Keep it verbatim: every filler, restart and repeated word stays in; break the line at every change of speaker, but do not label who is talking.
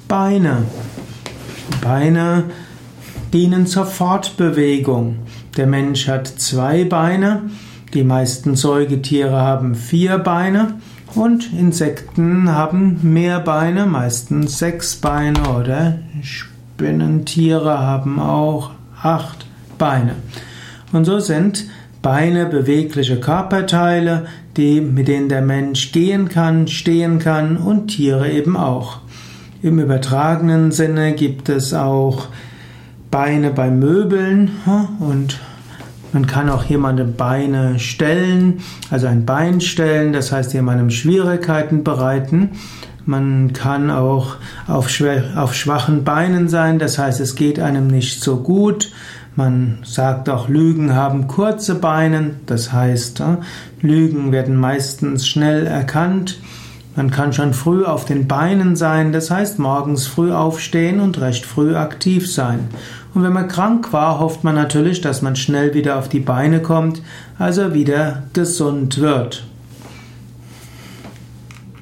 Beine. Beine dienen zur Fortbewegung. Der Mensch hat zwei Beine, die meisten Säugetiere haben vier Beine und Insekten haben mehr Beine, meistens sechs Beine, oder Spinnentiere haben auch acht Beine. Und so sind Beine bewegliche Körperteile, die, mit denen der Mensch gehen kann, stehen kann und Tiere eben auch. Im übertragenen Sinne gibt es auch Beine bei Möbeln und man kann auch jemandem Beine stellen, also ein Bein stellen, das heißt jemandem Schwierigkeiten bereiten. Man kann auch auf, auf schwachen Beinen sein, das heißt es geht einem nicht so gut. Man sagt auch, Lügen haben kurze Beine, das heißt, Lügen werden meistens schnell erkannt. Man kann schon früh auf den Beinen sein, das heißt morgens früh aufstehen und recht früh aktiv sein. Und wenn man krank war, hofft man natürlich, dass man schnell wieder auf die Beine kommt, also wieder gesund wird.